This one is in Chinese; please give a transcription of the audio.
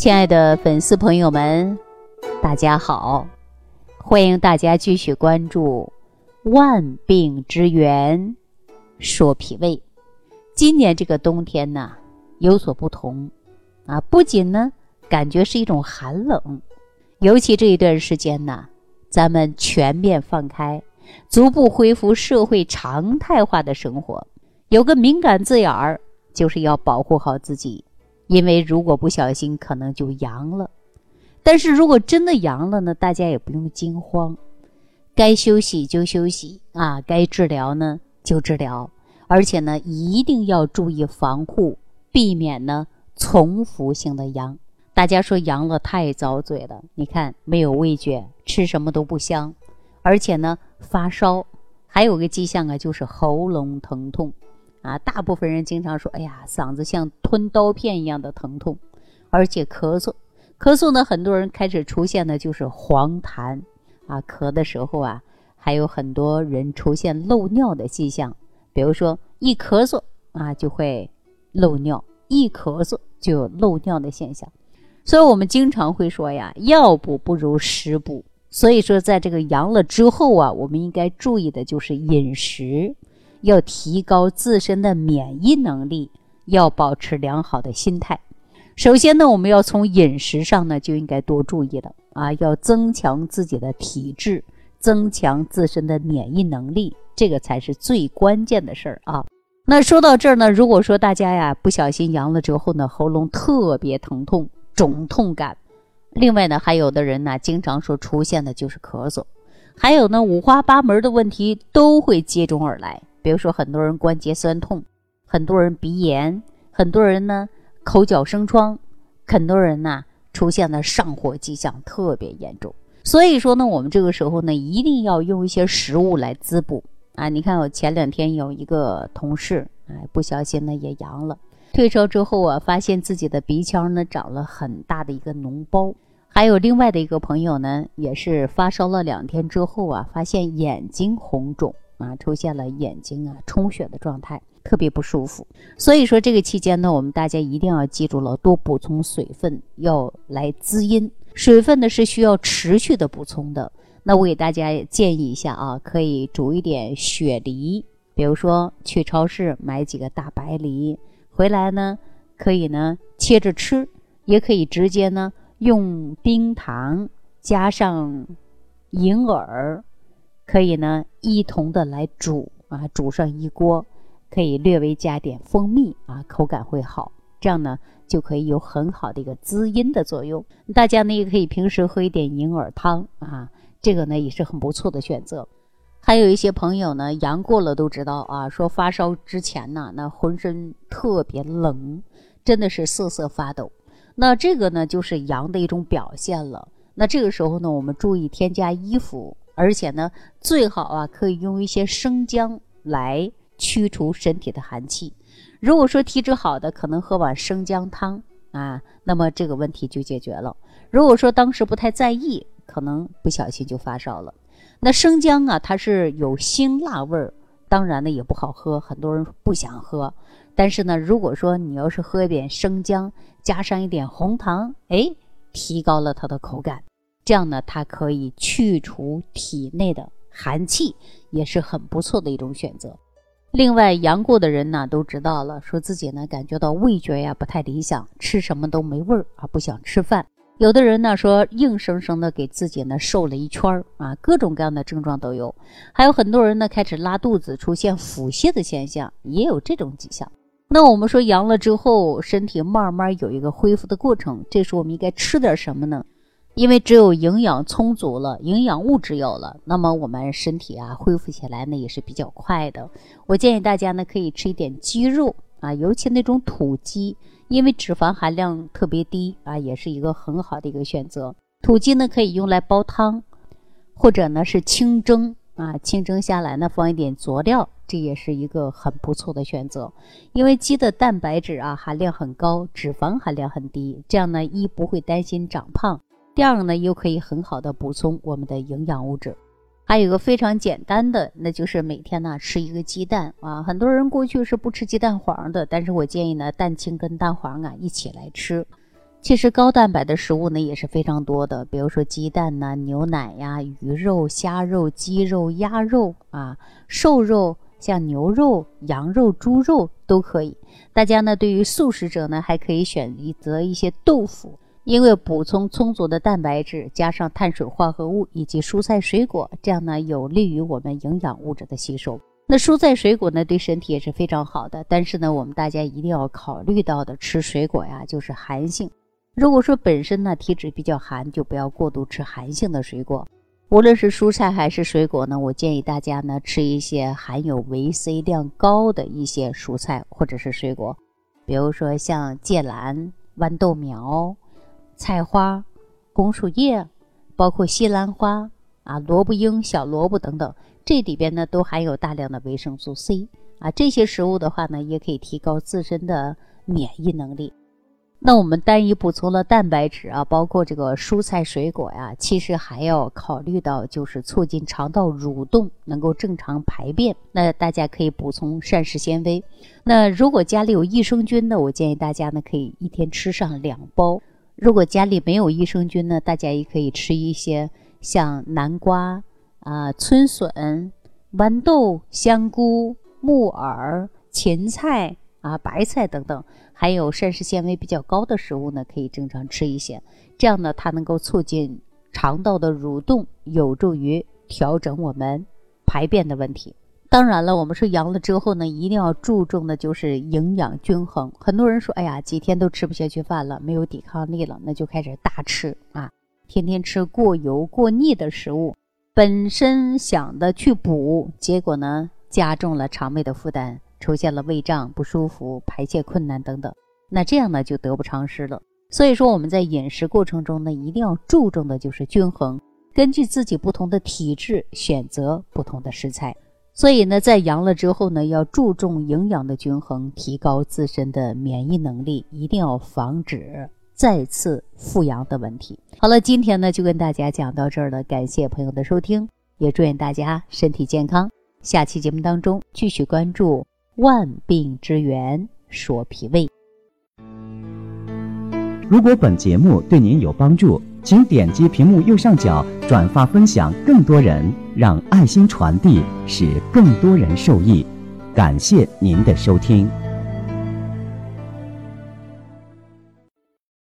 亲爱的粉丝朋友们，大家好，欢迎大家继续关注万病之源说脾胃。今年这个冬天呢有所不同啊，不仅呢感觉是一种寒冷，尤其这一段时间呢，咱们全面放开，逐步恢复社会常态化的生活。有个敏感字眼儿，就是要保护好自己，因为如果不小心可能就阳了。但是如果真的阳了呢，大家也不用惊慌，该休息就休息啊，该治疗呢就治疗，而且呢一定要注意防护，避免呢重复性的阳。大家说阳了太遭罪了，你看没有味觉，吃什么都不香，而且呢发烧，还有个迹象啊，就是喉咙疼痛啊，大部分人经常说，哎呀，嗓子像吞刀片一样的疼痛，而且咳嗽呢，很多人开始出现的就是黄痰啊，咳的时候啊，还有很多人出现漏尿的迹象，比如说一咳嗽啊就会漏尿，一咳嗽就有漏尿的现象。所以我们经常会说呀，药补不如食补。所以说在这个阳了之后啊，我们应该注意的就是饮食，要提高自身的免疫能力，要保持良好的心态。首先呢，我们要从饮食上呢就应该多注意了啊，要增强自己的体质，增强自身的免疫能力，这个才是最关键的事儿啊。那说到这儿呢，如果说大家呀不小心阳了之后呢，喉咙特别疼痛，肿痛感，另外呢还有的人呢经常说出现的就是咳嗽，还有呢五花八门的问题都会接踵而来，比如说很多人关节酸痛，很多人鼻炎，很多人呢口角生疮，很多人呢出现了上火迹象特别严重。所以说呢，我们这个时候呢一定要用一些食物来滋补啊。你看我前2天有一个同事不小心呢也阳了，退烧之后啊，发现自己的鼻腔呢长了很大的一个脓包。还有另外的一个朋友呢，也是发烧了2天之后啊，发现眼睛红肿啊，出现了眼睛充血的状态，特别不舒服。所以说这个期间呢，我们大家一定要记住了，多补充水分，要来滋阴。水分呢是需要持续的补充的。那我给大家建议一下啊，可以煮一点雪梨，比如说去超市买几个大白梨回来呢，可以呢切着吃，也可以直接呢用冰糖加上银耳，可以呢一同的来煮啊，煮上一锅，可以略微加点蜂蜜啊，口感会好，这样呢就可以有很好的一个滋阴的作用。大家呢也可以平时喝一点银耳汤啊，这个呢也是很不错的选择。还有一些朋友呢阳过了都知道啊，说发烧之前呢，那浑身特别冷，真的是瑟瑟发抖，那这个呢就是阳的一种表现了。那这个时候呢，我们注意添加衣服，而且呢最好啊可以用一些生姜来驱除身体的寒气。如果说体质好的，可能喝碗生姜汤啊，那么这个问题就解决了。如果说当时不太在意，可能不小心就发烧了。那生姜啊，它是有辛辣味儿，当然呢也不好喝，很多人不想喝。但是呢，如果说你要是喝一点生姜，加上一点红糖，提高了它的口感，这样呢，它可以去除体内的寒气，也是很不错的一种选择。另外阳过的人呢都知道了，说自己呢感觉到味觉呀不太理想，吃什么都没味儿啊，不想吃饭。有的人呢说硬生生的给自己呢瘦了一圈啊，各种各样的症状都有。还有很多人呢开始拉肚子，出现腹泻的现象，也有这种迹象。那我们说阳了之后，身体慢慢有一个恢复的过程，这时候我们应该吃点什么呢？因为只有营养充足了，营养物质有了，那么我们身体恢复起来呢也是比较快的。我建议大家呢可以吃一点鸡肉啊，尤其那种土鸡，因为脂肪含量特别低啊，也是一个很好的一个选择。土鸡呢可以用来煲汤，或者呢是清蒸啊，清蒸下来呢放一点佐料，这也是一个很不错的选择。因为鸡的蛋白质含量很高，脂肪含量很低，这样呢一不会担心长胖，第二个呢又可以很好的补充我们的营养物质。还有一个非常简单的，那就是每天呢吃一个鸡蛋啊。很多人过去是不吃鸡蛋黄的，但是我建议呢蛋清跟蛋黄一起来吃。 其实高蛋白的食物呢也是非常多的，比如说鸡蛋呐、牛奶呀、鱼肉、虾肉、鸡肉、鸭肉啊，瘦肉像牛肉、羊肉、猪肉都可以。大家呢对于素食者呢还可以选择一些豆腐，因为补充充足的蛋白质，加上碳水化合物以及蔬菜水果，这样呢有利于我们营养物质的吸收。那蔬菜水果呢对身体也是非常好的，但是呢我们大家一定要考虑到的吃水果呀就是寒性。如果说本身呢体质比较寒，就不要过度吃寒性的水果。无论是蔬菜还是水果呢，我建议大家呢吃一些含有维 C 量高的一些蔬菜或者是水果，比如说像芥蓝、豌豆苗、菜花、红薯叶，包括西兰花啊、萝卜缨、小萝卜等等，这里边呢都含有大量的维生素 C 啊。这些食物的话呢，也可以提高自身的免疫能力。那我们单一补充了蛋白质啊，包括这个蔬菜水果呀，其实还要考虑到就是促进肠道蠕动，能够正常排便。那大家可以补充膳食纤维。那如果家里有益生菌呢，我建议大家呢可以一天吃上2包。如果家里没有益生菌呢，大家也可以吃一些像南瓜啊、春笋、豌豆、香菇、木耳、芹菜啊、白菜等等，还有膳食纤维比较高的食物呢，可以正常吃一些。这样呢，它能够促进肠道的蠕动，有助于调整我们排便的问题。当然了，我们说阳了之后呢，一定要注重的就是营养均衡。很多人说，哎呀，几天都吃不下去饭了，没有抵抗力了，那就开始大吃啊，天天吃过油过腻的食物，本身想的去补，结果呢，加重了肠胃的负担，出现了胃胀、不舒服、排泄困难等等，那这样呢就得不偿失了。所以说我们在饮食过程中呢，一定要注重的就是均衡，根据自己不同的体质选择不同的食材。所以呢，在阳了之后呢，要注重营养的均衡，提高自身的免疫能力，一定要防止再次复阳的问题。好了，今天呢就跟大家讲到这儿了，感谢朋友的收听，也祝愿大家身体健康。下期节目当中继续关注万病之源说脾胃。 如果本节目对您有帮助，请点击屏幕右上角转发分享，更多人，让爱心传递，使更多人受益。感谢您的收听。